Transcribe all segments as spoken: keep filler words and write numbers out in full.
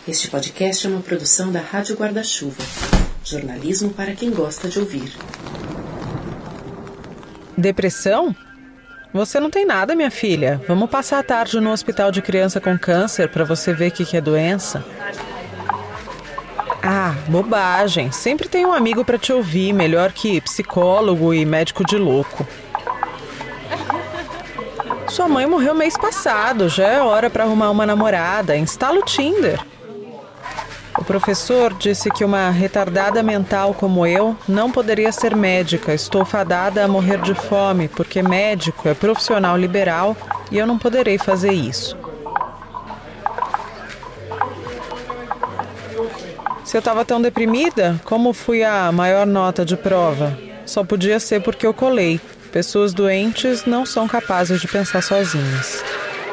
Este podcast é uma produção da Rádio Guarda-Chuva. Jornalismo para quem gosta de ouvir. Depressão? Você não tem nada, minha filha. Vamos passar a tarde no hospital de criança com câncer para você ver o que, que é doença. Ah, bobagem. Sempre tem um amigo para te ouvir, melhor que psicólogo e médico de louco. Sua mãe morreu mês passado, já é hora para arrumar uma namorada. Instala o Tinder. O professor disse que uma retardada mental como eu não poderia ser médica. Estou fadada a morrer de fome, porque médico é profissional liberal e eu não poderei fazer isso. Se eu estava tão deprimida, como fui a maior nota de prova? Só podia ser porque eu colei. Pessoas doentes não são capazes de pensar sozinhas.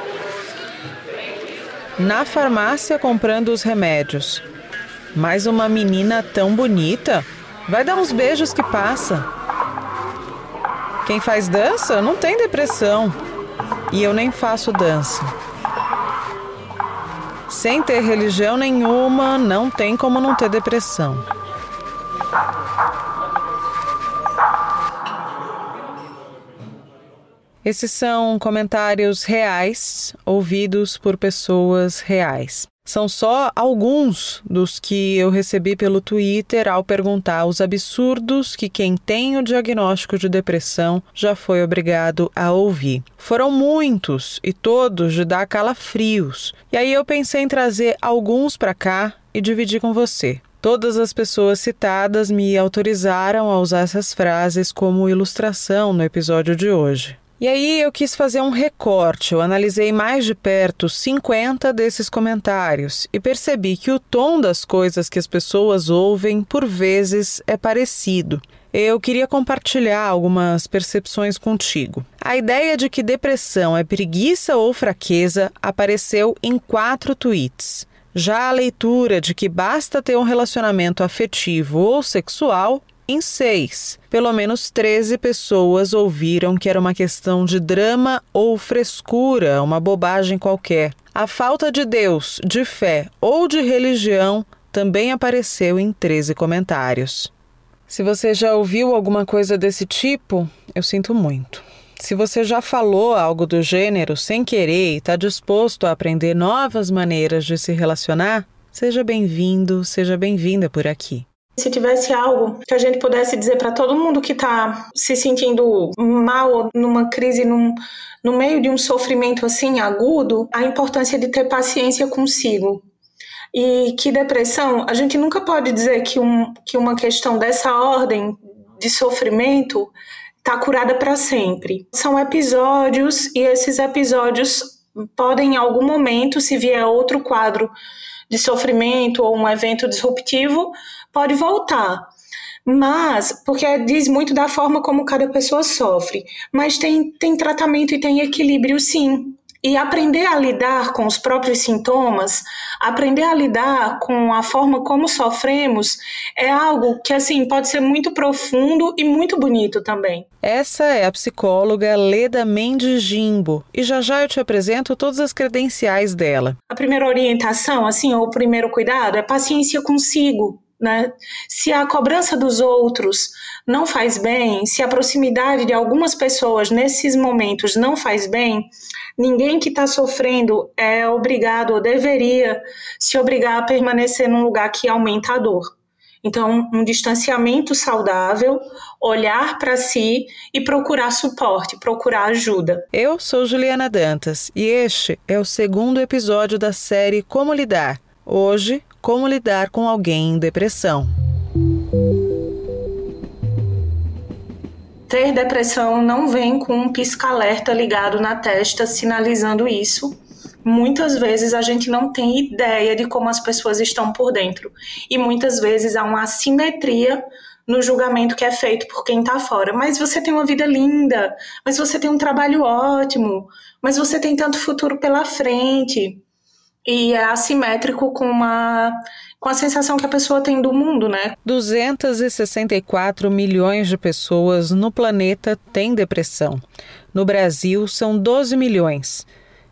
Na farmácia comprando os remédios. Mais uma menina tão bonita. Vai dar uns beijos que passa. Quem faz dança não tem depressão. E eu nem faço dança. Sem ter religião nenhuma, não tem como não ter depressão. Esses são comentários reais, ouvidos por pessoas reais. São só alguns dos que eu recebi pelo Twitter ao perguntar os absurdos que quem tem o diagnóstico de depressão já foi obrigado a ouvir. Foram muitos e todos de dar calafrios. E aí eu pensei em trazer alguns para cá e dividir com você. Todas as pessoas citadas me autorizaram a usar essas frases como ilustração no episódio de hoje. E aí eu quis fazer um recorte, eu analisei mais de perto cinquenta desses comentários e percebi que o tom das coisas que as pessoas ouvem, por vezes, é parecido. Eu queria compartilhar algumas percepções contigo. A ideia de que depressão é preguiça ou fraqueza apareceu em quatro tweets. Já a leitura de que basta ter um relacionamento afetivo ou sexual, em seis. Pelo menos treze pessoas ouviram que era uma questão de drama ou frescura, uma bobagem qualquer. A falta de Deus, de fé ou de religião também apareceu em treze comentários. Se você já ouviu alguma coisa desse tipo, eu sinto muito. Se você já falou algo do gênero sem querer e está disposto a aprender novas maneiras de se relacionar, seja bem-vindo, seja bem-vinda por aqui. Se tivesse algo que a gente pudesse dizer para todo mundo que está se sentindo mal, numa crise, num, no meio de um sofrimento assim agudo, a importância de ter paciência consigo. E que depressão, a gente nunca pode dizer que, um, que uma questão dessa ordem de sofrimento está curada para sempre. São episódios e esses episódios podem em algum momento, se vier outro quadro de sofrimento ou um evento disruptivo, pode voltar. Mas, porque diz muito da forma como cada pessoa sofre, mas tem, tem tratamento e tem equilíbrio sim. E aprender a lidar com os próprios sintomas, aprender a lidar com a forma como sofremos, é algo que assim pode ser muito profundo e muito bonito também. Essa é a psicóloga Leda Mendes Jimbo, e já já eu te apresento todas as credenciais dela. A primeira orientação, assim, ou o primeiro cuidado é paciência consigo. Né? Se a cobrança dos outros não faz bem, se a proximidade de algumas pessoas nesses momentos não faz bem, ninguém que está sofrendo é obrigado ou deveria se obrigar a permanecer num lugar que aumenta a dor. Então, um distanciamento saudável, olhar para si e procurar suporte, procurar ajuda. Eu sou Juliana Dantas e este é o segundo episódio da série Como Lidar. Hoje, como lidar com alguém em depressão. Ter depressão não vem com um pisca-alerta ligado na testa sinalizando isso. Muitas vezes a gente não tem ideia de como as pessoas estão por dentro. E muitas vezes há uma assimetria no julgamento que é feito por quem está fora. Mas você tem uma vida linda, mas você tem um trabalho ótimo, mas você tem tanto futuro pela frente. E é assimétrico com, uma, com a sensação que a pessoa tem do mundo, né? duzentos e sessenta e quatro milhões de pessoas no planeta têm depressão. No Brasil, são doze milhões.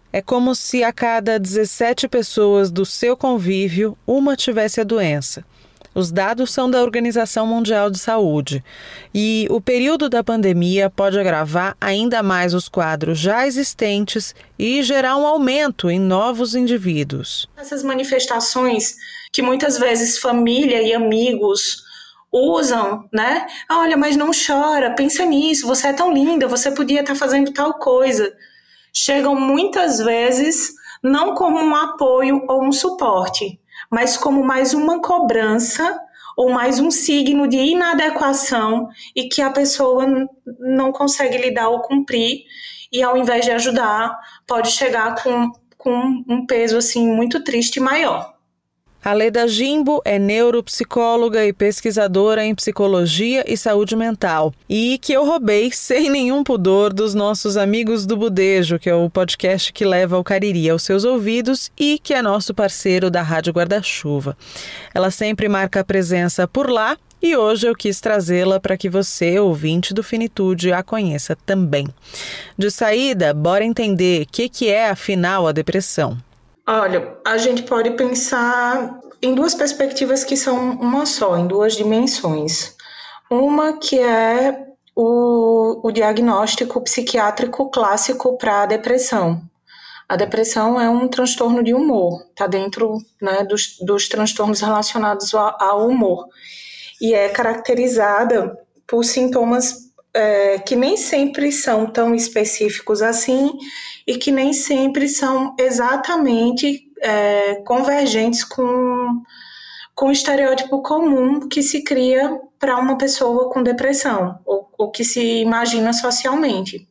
É como se a cada dezessete pessoas do seu convívio, uma tivesse a doença. Os dados são da Organização Mundial de Saúde e o período da pandemia pode agravar ainda mais os quadros já existentes e gerar um aumento em novos indivíduos. Essas manifestações que muitas vezes família e amigos usam, né? Olha, mas não chora, pensa nisso, você é tão linda, você podia estar fazendo tal coisa. Chegam muitas vezes não como um apoio ou um suporte, mas como mais uma cobrança ou mais um signo de inadequação e que a pessoa não consegue lidar ou cumprir e ao invés de ajudar, pode chegar com, com um peso assim, muito triste e maior. A Leda Jimbo é neuropsicóloga e pesquisadora em psicologia e saúde mental e que eu roubei sem nenhum pudor dos nossos amigos do Budejo, que é o podcast que leva o Cariri aos seus ouvidos e que é nosso parceiro da Rádio Guarda-Chuva. Ela sempre marca a presença por lá e hoje eu quis trazê-la para que você, ouvinte do Finitude, a conheça também. De saída, bora entender o que, que é, afinal, a depressão. Olha, a gente pode pensar em duas perspectivas que são uma só, em duas dimensões. Uma que é o, o diagnóstico psiquiátrico clássico para a depressão. A depressão é um transtorno de humor, está dentro, né, dos, dos transtornos relacionados ao, ao humor. E é caracterizada por sintomas é, que nem sempre são tão específicos assim e que nem sempre são exatamente é, convergentes com, com o estereótipo comum que se cria para uma pessoa com depressão, ou, ou que se imagina socialmente.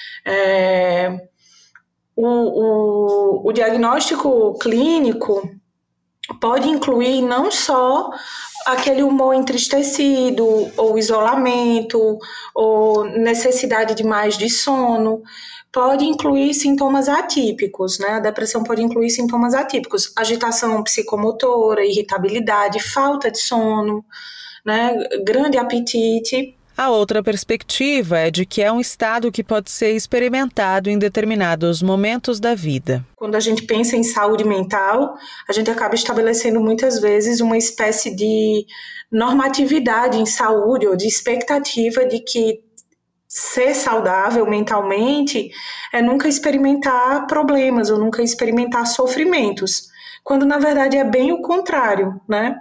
É, o, o, o diagnóstico clínico pode incluir não só aquele humor entristecido, ou isolamento, ou necessidade demais de sono, pode incluir sintomas atípicos, né? A depressão pode incluir sintomas atípicos, agitação psicomotora, irritabilidade, falta de sono, né? Grande apetite. A outra perspectiva é de que é um estado que pode ser experimentado em determinados momentos da vida. Quando a gente pensa em saúde mental, a gente acaba estabelecendo muitas vezes uma espécie de normatividade em saúde ou de expectativa de que ser saudável mentalmente é nunca experimentar problemas ou nunca experimentar sofrimentos, quando na verdade é bem o contrário, né?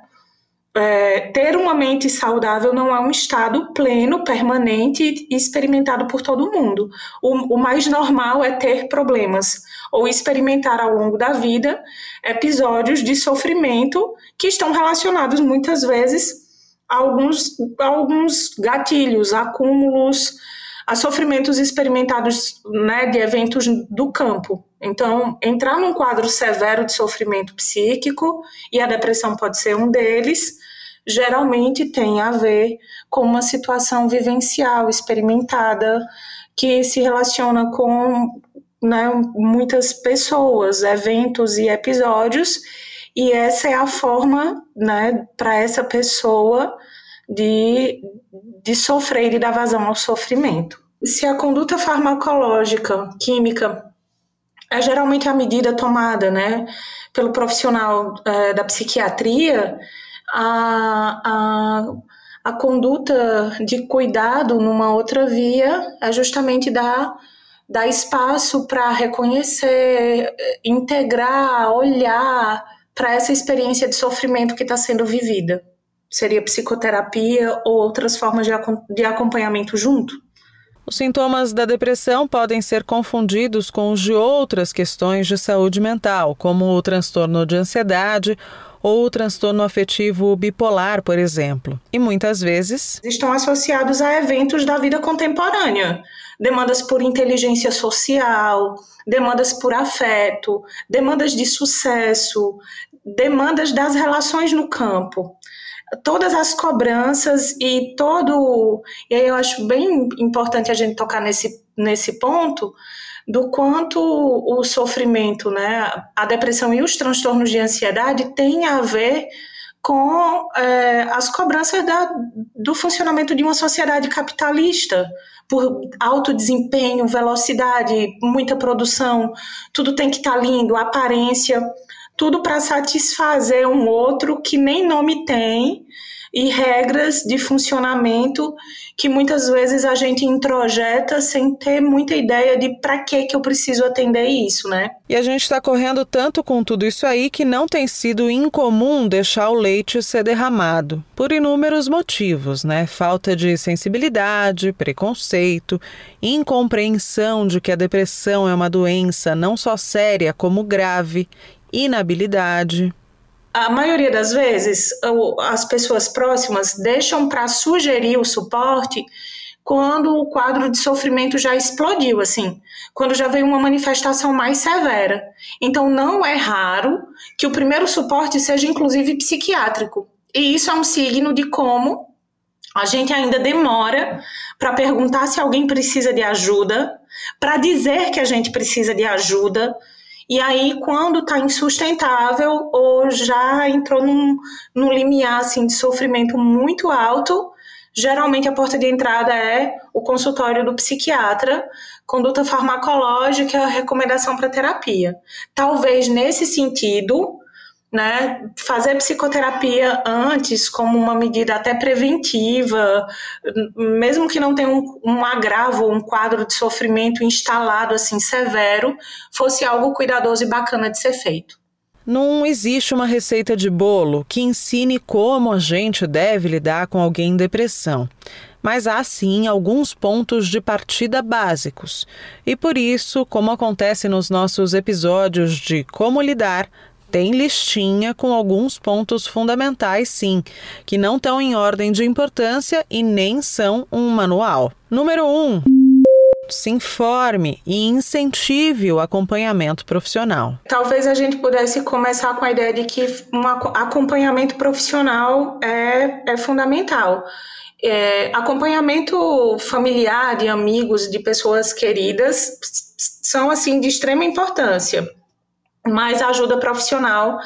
É, ter uma mente saudável não é um estado pleno, permanente e experimentado por todo mundo. O, o mais normal é ter problemas ou experimentar ao longo da vida episódios de sofrimento que estão relacionados muitas vezes a alguns, a alguns gatilhos, acúmulos, a sofrimentos experimentados, né, de eventos do campo. Então, entrar num quadro severo de sofrimento psíquico, e a depressão pode ser um deles, geralmente tem a ver com uma situação vivencial, experimentada, que se relaciona com, né, muitas pessoas, eventos e episódios, e essa é a forma, né, para essa pessoa de, de sofrer e dar vazão ao sofrimento. Se a conduta farmacológica, química, é geralmente a medida tomada, né, pelo profissional é, da psiquiatria, a, a, a conduta de cuidado numa outra via é justamente dar, dar espaço para reconhecer, integrar, olhar para essa experiência de sofrimento que está sendo vivida. Seria psicoterapia ou outras formas de, de acompanhamento junto. Os sintomas da depressão podem ser confundidos com os de outras questões de saúde mental, como o transtorno de ansiedade ou o transtorno afetivo bipolar, por exemplo. E muitas vezes estão associados a eventos da vida contemporânea. Demandas por inteligência social, demandas por afeto, demandas de sucesso, demandas das relações no campo. Todas as cobranças e todo... E aí eu acho bem importante a gente tocar nesse, nesse ponto do quanto o sofrimento, né, a depressão e os transtornos de ansiedade têm a ver com é, as cobranças da, do funcionamento de uma sociedade capitalista, por alto desempenho, velocidade, muita produção, tudo tem que estar lindo, aparência, tudo para satisfazer um outro que nem nome tem, e regras de funcionamento que muitas vezes a gente introjeta sem ter muita ideia de para que que eu preciso atender isso, né? E a gente está correndo tanto com tudo isso aí que não tem sido incomum deixar o leite ser derramado, por inúmeros motivos, né? Falta de sensibilidade, preconceito, incompreensão de que a depressão é uma doença não só séria como grave, inabilidade. A maioria das vezes, as pessoas próximas deixam para sugerir o suporte quando o quadro de sofrimento já explodiu, assim, quando já veio uma manifestação mais severa. Então, não é raro que o primeiro suporte seja, inclusive, psiquiátrico. E isso é um signo de como a gente ainda demora para perguntar se alguém precisa de ajuda, para dizer que a gente precisa de ajuda. E aí, quando está insustentável ou já entrou num, num limiar assim, de sofrimento muito alto, geralmente a porta de entrada é o consultório do psiquiatra, conduta farmacológica, recomendação para terapia. Talvez nesse sentido, né, fazer psicoterapia antes como uma medida até preventiva, mesmo que não tenha um, um agravo, um quadro de sofrimento instalado assim severo, fosse algo cuidadoso e bacana de ser feito. Não existe uma receita de bolo que ensine como a gente deve lidar com alguém em depressão, mas há sim alguns pontos de partida básicos. E por isso, como acontece nos nossos episódios de Como Lidar, tem listinha com alguns pontos fundamentais, sim, que não estão em ordem de importância e nem são um manual. Número um. Se informe e incentive o acompanhamento profissional. Talvez a gente pudesse começar com a ideia de que um acompanhamento profissional é, é fundamental. É, acompanhamento familiar, de amigos, de pessoas queridas, são assim de extrema importância. Mas a ajuda profissional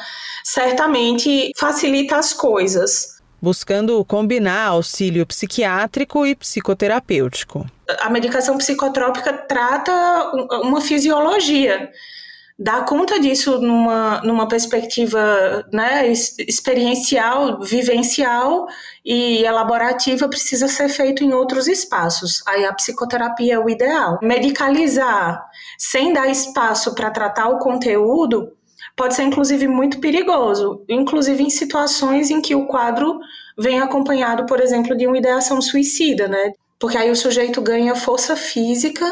certamente facilita as coisas. Buscando combinar auxílio psiquiátrico e psicoterapêutico. A medicação psicotrópica trata uma fisiologia. Dar conta disso numa, numa perspectiva, né, experiencial, vivencial e elaborativa precisa ser feito em outros espaços. Aí a psicoterapia é o ideal. Medicalizar sem dar espaço para tratar o conteúdo pode ser, inclusive, muito perigoso, inclusive em situações em que o quadro vem acompanhado, por exemplo, de uma ideação suicida, né? Porque aí o sujeito ganha força física,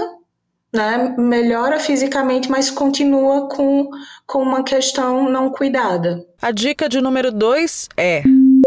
né? Melhora fisicamente, mas continua com, com uma questão não cuidada. A dica de número dois é: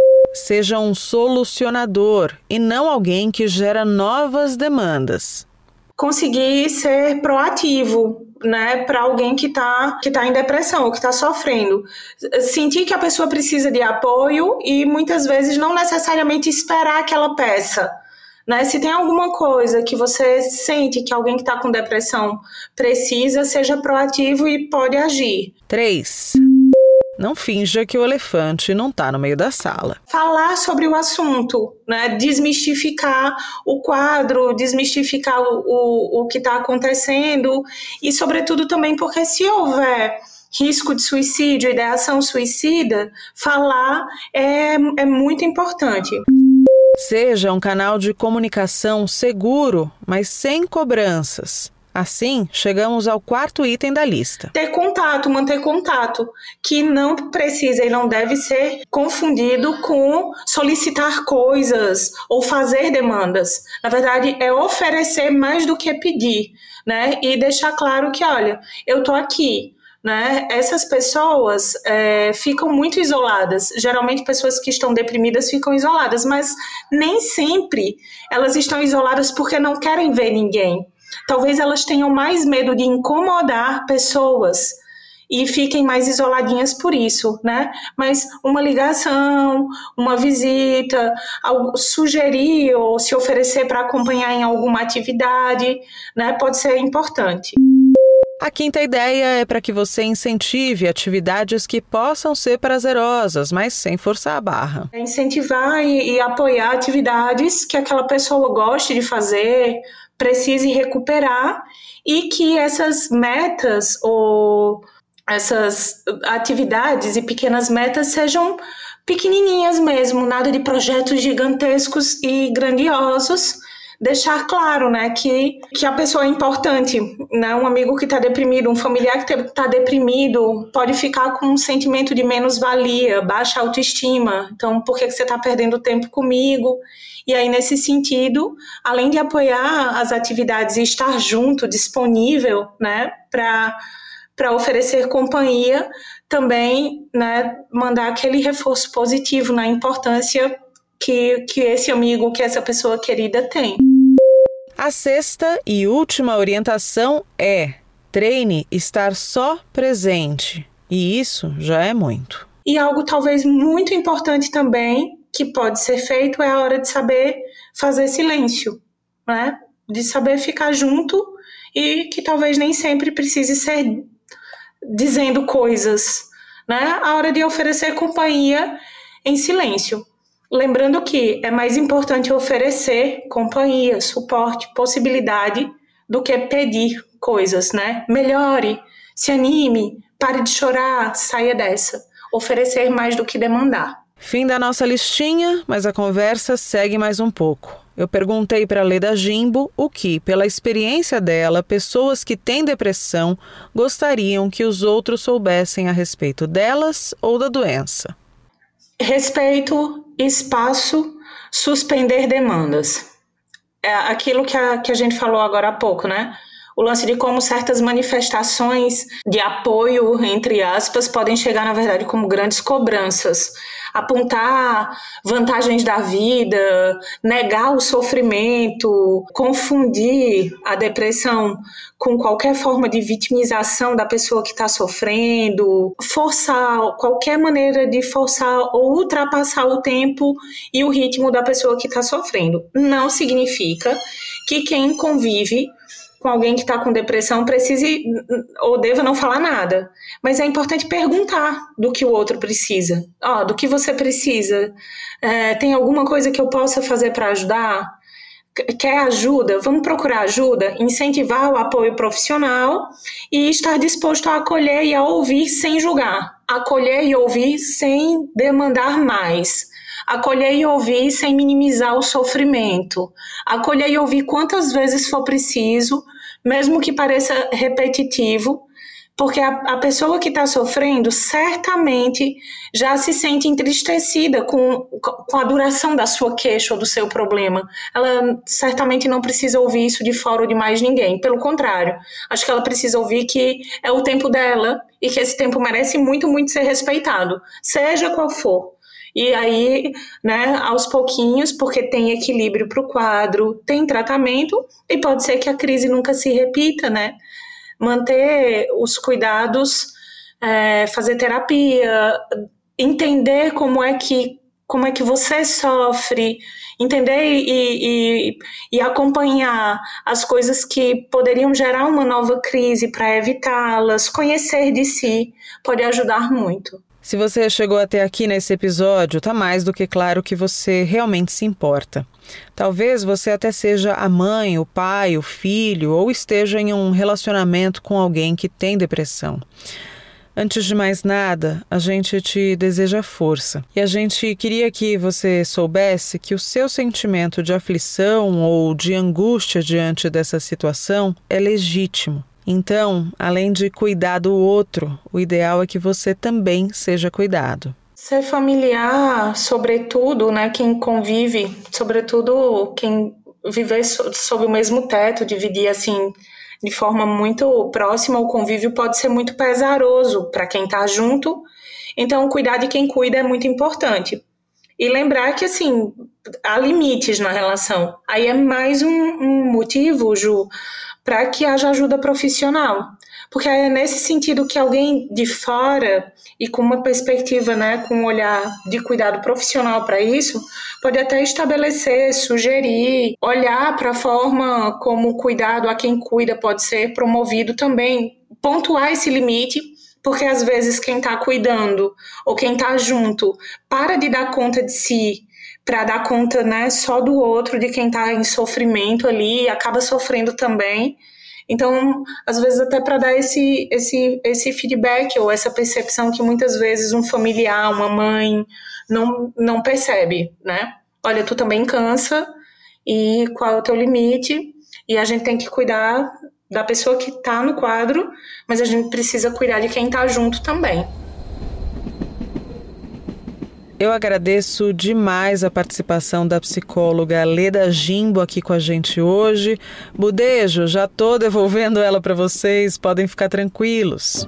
seja um solucionador e não alguém que gera novas demandas. Conseguir ser proativo, né, para alguém que está que tá em depressão, que está sofrendo. Sentir que a pessoa precisa de apoio e muitas vezes não necessariamente esperar que ela peça. Né? Se tem alguma coisa que você sente que alguém que está com depressão precisa, seja proativo e pode agir. três. Não finja que o elefante não está no meio da sala. Falar sobre o assunto, né? Desmistificar o quadro, desmistificar o, o, o que está acontecendo e, sobretudo, também porque se houver risco de suicídio, ideação suicida, falar é, é muito importante. Seja um canal de comunicação seguro, mas sem cobranças. Assim, chegamos ao quarto item da lista. Ter contato, manter contato, que não precisa e não deve ser confundido com solicitar coisas ou fazer demandas. Na verdade, é oferecer mais do que pedir, né? E deixar claro que, olha, eu tô aqui. Né? Essas pessoas é, ficam muito isoladas. Geralmente pessoas que estão deprimidas ficam isoladas, mas nem sempre elas estão isoladas porque não querem ver ninguém. Talvez elas tenham mais medo de incomodar pessoas e fiquem mais isoladinhas por isso, né? Mas uma ligação, uma visita, algo, sugerir ou se oferecer para acompanhar em alguma atividade, né, pode ser importante. A quinta ideia é para que você incentive atividades que possam ser prazerosas, mas sem forçar a barra. Incentivar e, e apoiar atividades que aquela pessoa goste de fazer, precise recuperar, e que essas metas ou essas atividades e pequenas metas sejam pequenininhas mesmo, nada de projetos gigantescos e grandiosos. Deixar claro, né, que, que a pessoa é importante, né? Um amigo que está deprimido, um familiar que está deprimido, pode ficar com um sentimento de menos-valia, baixa autoestima. Então, por que você está perdendo tempo comigo? E aí, nesse sentido, além de apoiar as atividades e estar junto, disponível, né, para para oferecer companhia, também, né, mandar aquele reforço positivo na importância que, que esse amigo, que essa pessoa querida tem. A sexta e última orientação é: treine estar só presente. E isso já é muito. E algo talvez muito importante também, que pode ser feito, é a hora de saber fazer silêncio, né? De saber ficar junto, e que talvez nem sempre precise ser dizendo coisas, né? A hora de oferecer companhia em silêncio. Lembrando que é mais importante oferecer companhia, suporte, possibilidade, do que pedir coisas, né? Melhore, se anime, pare de chorar, saia dessa. Oferecer mais do que demandar. Fim da nossa listinha, mas a conversa segue mais um pouco. Eu perguntei para a Leda Jimbo o que, pela experiência dela, pessoas que têm depressão gostariam que os outros soubessem a respeito delas ou da doença. Respeito, espaço, suspender demandas. É aquilo que a, que a gente falou agora há pouco, né? O lance de como certas manifestações de apoio, entre aspas, podem chegar, na verdade, como grandes cobranças. Apontar vantagens da vida, negar o sofrimento, confundir a depressão com qualquer forma de vitimização da pessoa que está sofrendo, forçar, qualquer maneira de forçar ou ultrapassar o tempo e o ritmo da pessoa que está sofrendo. Não significa que quem convive com alguém que está com depressão precise ou deva não falar nada. Mas é importante perguntar do que o outro precisa. Ó, do que você precisa? É, tem alguma coisa que eu possa fazer para ajudar? Quer ajuda? Vamos procurar ajuda? Incentivar o apoio profissional e estar disposto a acolher e a ouvir sem julgar. Acolher e ouvir sem demandar mais. Acolher e ouvir sem minimizar o sofrimento. Acolher e ouvir quantas vezes for preciso, mesmo que pareça repetitivo, porque a, a pessoa que está sofrendo certamente já se sente entristecida com, com a duração da sua queixa ou do seu problema. Ela certamente não precisa ouvir isso de fora ou de mais ninguém. Pelo contrário, acho que ela precisa ouvir que é o tempo dela e que esse tempo merece muito, muito ser respeitado, seja qual for. E aí, né, aos pouquinhos, porque tem equilíbrio para o quadro, tem tratamento, e pode ser que a crise nunca se repita, né? Manter os cuidados, é, fazer terapia, entender como é que, como é que você sofre, entender e, e, e acompanhar as coisas que poderiam gerar uma nova crise para evitá-las, conhecer de si, pode ajudar muito. Se você chegou até aqui nesse episódio, tá mais do que claro que você realmente se importa. Talvez você até seja a mãe, o pai, o filho, ou esteja em um relacionamento com alguém que tem depressão. Antes de mais nada, a gente te deseja força. E a gente queria que você soubesse que o seu sentimento de aflição ou de angústia diante dessa situação é legítimo. Então, além de cuidar do outro, o ideal é que você também seja cuidado. Ser familiar, sobretudo, né, quem convive, sobretudo quem vive sob o mesmo teto, dividir assim de forma muito próxima, o convívio pode ser muito pesaroso para quem está junto. Então, cuidar de quem cuida é muito importante. E lembrar que, assim, há limites na relação. Aí é mais um, um motivo, Ju, para que haja ajuda profissional. Porque é nesse sentido que alguém de fora e com uma perspectiva, né, com um olhar de cuidado profissional para isso, pode até estabelecer, sugerir, olhar para a forma como o cuidado a quem cuida pode ser promovido também, pontuar esse limite, porque às vezes quem está cuidando ou quem está junto para de dar conta de si para dar conta, né, só do outro, de quem está em sofrimento ali, acaba sofrendo também. Então, às vezes até para dar esse, esse, esse feedback ou essa percepção que muitas vezes um familiar, uma mãe não, não percebe, né? Olha, tu também cansa e qual é o teu limite? E a gente tem que cuidar da pessoa que está no quadro, mas a gente precisa cuidar de quem está junto também. Eu agradeço demais a participação da psicóloga Leda Jimbo aqui com a gente hoje. Budejo, já estou devolvendo ela para vocês, podem ficar tranquilos.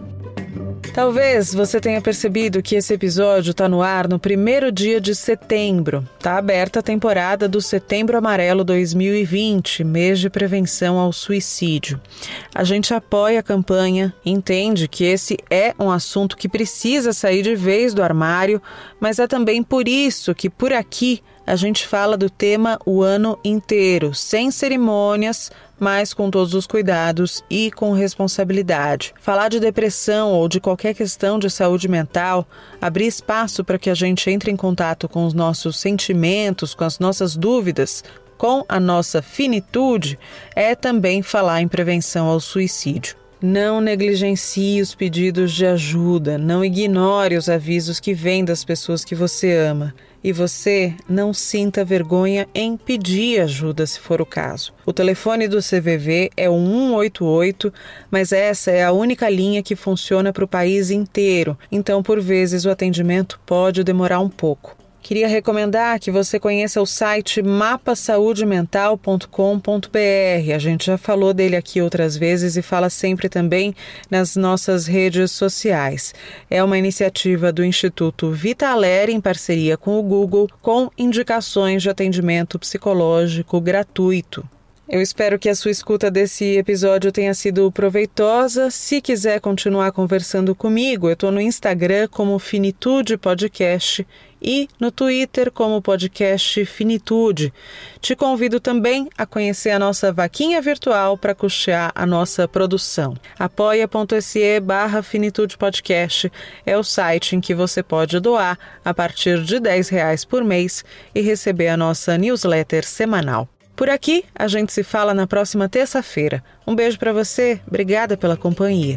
Talvez você tenha percebido que esse episódio está no ar no primeiro dia de setembro. Está aberta a temporada do Setembro Amarelo dois mil e vinte, mês de prevenção ao suicídio. A gente apoia a campanha, entende que esse é um assunto que precisa sair de vez do armário, mas é também por isso que por aqui a gente fala do tema o ano inteiro, sem cerimônias, mas com todos os cuidados e com responsabilidade. Falar de depressão ou de qualquer questão de saúde mental, abrir espaço para que a gente entre em contato com os nossos sentimentos, com as nossas dúvidas, com a nossa finitude, é também falar em prevenção ao suicídio. Não negligencie os pedidos de ajuda, não ignore os avisos que vêm das pessoas que você ama. E você não sinta vergonha em pedir ajuda se for o caso. O telefone do C V V é o um oito oito, mas essa é a única linha que funciona para o país inteiro, então por vezes o atendimento pode demorar um pouco. Queria recomendar que você conheça o site mapa saúde mental ponto com ponto b r. A gente já falou dele aqui outras vezes e fala sempre também nas nossas redes sociais. É uma iniciativa do Instituto Vitaler em parceria com o Google, com indicações de atendimento psicológico gratuito. Eu espero que a sua escuta desse episódio tenha sido proveitosa. Se quiser continuar conversando comigo, eu estou no Instagram como Finitude Podcast e no Twitter como podcast Finitude. Te convido também a conhecer a nossa vaquinha virtual para custear a nossa produção. apoia.se barra Finitude Podcast é o site em que você pode doar a partir de dez reais por mês e receber a nossa newsletter semanal. Por aqui, a gente se fala na próxima terça-feira. Um beijo para você, obrigada pela companhia.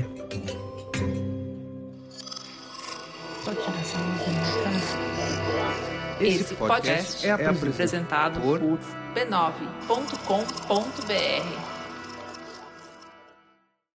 Esse podcast é apresentado por b nove ponto com ponto b r.